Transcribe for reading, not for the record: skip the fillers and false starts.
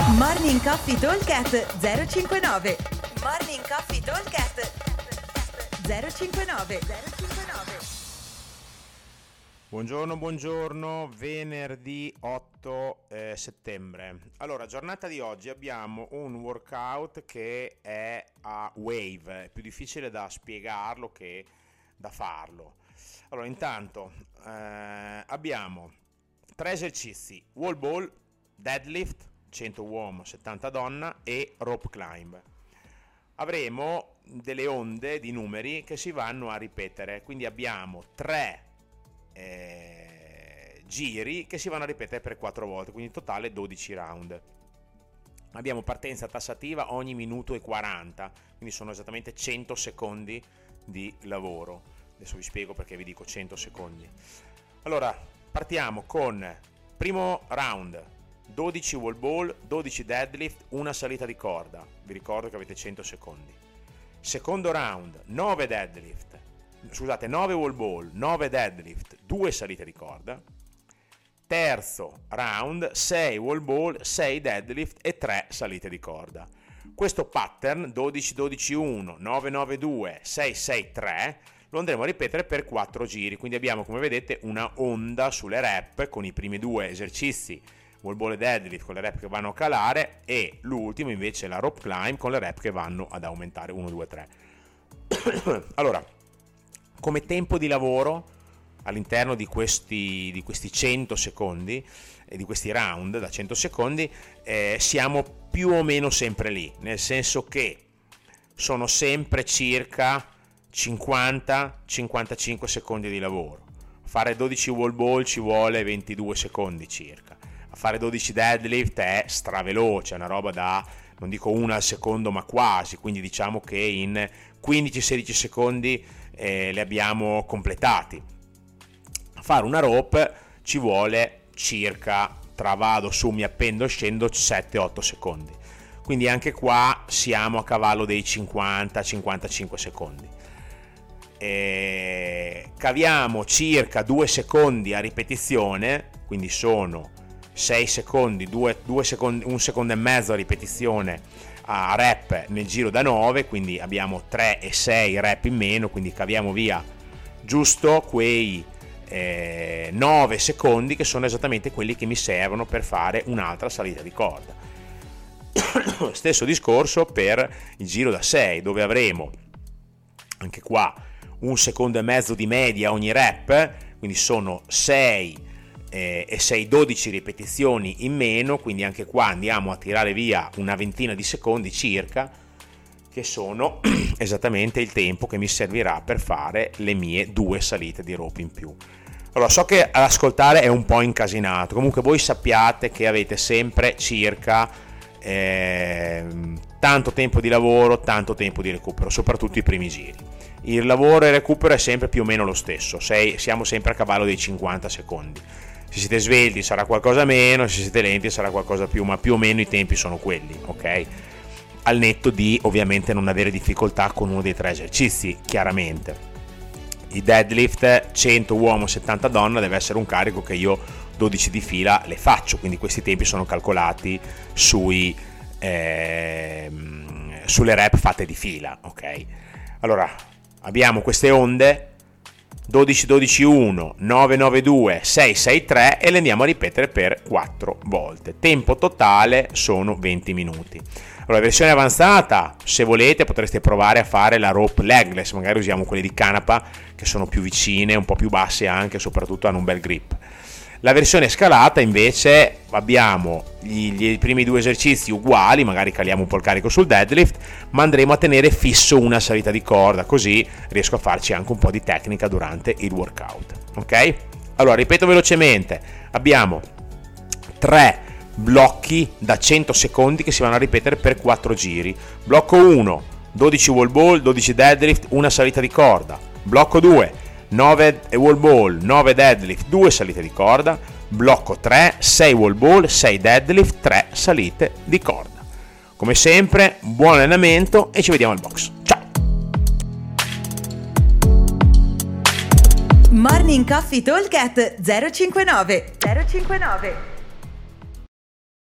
Morning Coffee Talkcast 059. Morning Coffee Talkcast 059. Buongiorno, venerdì 8 settembre. Allora, giornata di oggi abbiamo un workout che è a wave, è più difficile da spiegarlo che da farlo. Allora, intanto abbiamo 3 esercizi: wall ball, deadlift, 100 uomo, 70 donna e rope climb. Avremo delle onde di numeri che si vanno a ripetere, quindi abbiamo 3 giri che si vanno a ripetere per 4 volte, quindi in totale 12 round. Abbiamo partenza tassativa ogni minuto e 40, quindi sono esattamente 100 secondi di lavoro. Adesso vi spiego perché vi dico 100 secondi. Allora, partiamo con primo round: 12 wall ball, 12 deadlift, una salita di corda. Vi ricordo che avete 100 secondi. Secondo round: 9 wall ball, 9 deadlift, 2 salite di corda. Terzo round: 6 wall ball, 6 deadlift e 3 salite di corda. Questo pattern 12-12-1, 9-9-2, 6-6-3 lo andremo a ripetere per 4 giri, quindi abbiamo, come vedete, una onda sulle rep con i primi 2 esercizi wall ball e deadlift con le rep che vanno a calare, e l'ultimo invece la rope climb con le rep che vanno ad aumentare 1, 2, 3. Allora, come tempo di lavoro all'interno di questi 100 secondi e di questi round da 100 secondi siamo più o meno sempre lì, nel senso che sono sempre circa 50-55 secondi di lavoro. A fare 12 wall ball ci vuole 22 secondi circa. A fare 12 deadlift è straveloce, è una roba da, non dico una al secondo, ma quasi, quindi diciamo che in 15-16 secondi li abbiamo completati. A fare una rope ci vuole circa, tra vado su, mi appendo, scendo, 7-8 secondi. Quindi anche qua siamo a cavallo dei 50-55 secondi. Caviamo circa 2 secondi a ripetizione, quindi sono 6 secondi, 2 secondi, 1 secondo e mezzo a ripetizione a rep nel giro da 9, quindi abbiamo 3 e 6 rep in meno, quindi caviamo via giusto quei 9 secondi che sono esattamente quelli che mi servono per fare un'altra salita di corda. Stesso discorso per il giro da 6, dove avremo anche qua 1 secondo e mezzo di media ogni rep, quindi sono 6 e 6 12 ripetizioni in meno, quindi anche qua andiamo a tirare via una ventina di secondi circa, che sono esattamente il tempo che mi servirà per fare le mie 2 salite di rope in più. Allora, so che ad ascoltare è un po' incasinato, comunque voi sappiate che avete sempre circa tanto tempo di lavoro, tanto tempo di recupero, soprattutto i primi giri. Il lavoro e il recupero è sempre più o meno lo stesso, siamo sempre a cavallo dei 50 secondi. Se siete svelti sarà qualcosa meno, se siete lenti sarà qualcosa più, ma più o meno i tempi sono quelli, ok? Al netto di, ovviamente, non avere difficoltà con uno dei 3 esercizi, chiaramente. Il deadlift 100 uomo 70 donna deve essere un carico che io 12 di fila le faccio, quindi questi tempi sono calcolati sulle rep fatte di fila, ok? Allora, abbiamo queste onde 12-12-1, 9-9-2, 6-6-3 e le andiamo a ripetere per 4 volte. Tempo totale sono 20 minuti. Allora, versione avanzata, se volete, potreste provare a fare la rope legless, magari usiamo quelle di canapa che sono più vicine, un po' più basse anche, soprattutto hanno un bel grip. La versione scalata invece abbiamo i primi 2 esercizi uguali, magari caliamo un po' il carico sul deadlift, ma andremo a tenere fisso una salita di corda, così riesco a farci anche un po' di tecnica durante il workout, ok? Allora, ripeto velocemente, abbiamo 3 blocchi da 100 secondi che si vanno a ripetere per 4 giri. Blocco 1, 12 wall ball, 12 deadlift, una salita di corda. Blocco 2, 9 wall ball, 9 deadlift, 2 salite di corda. Blocco 3, 6 wall ball, 6 deadlift, 3 salite di corda. Come sempre, buon allenamento e ci vediamo al box. Ciao! Morning Coffee Talk 059.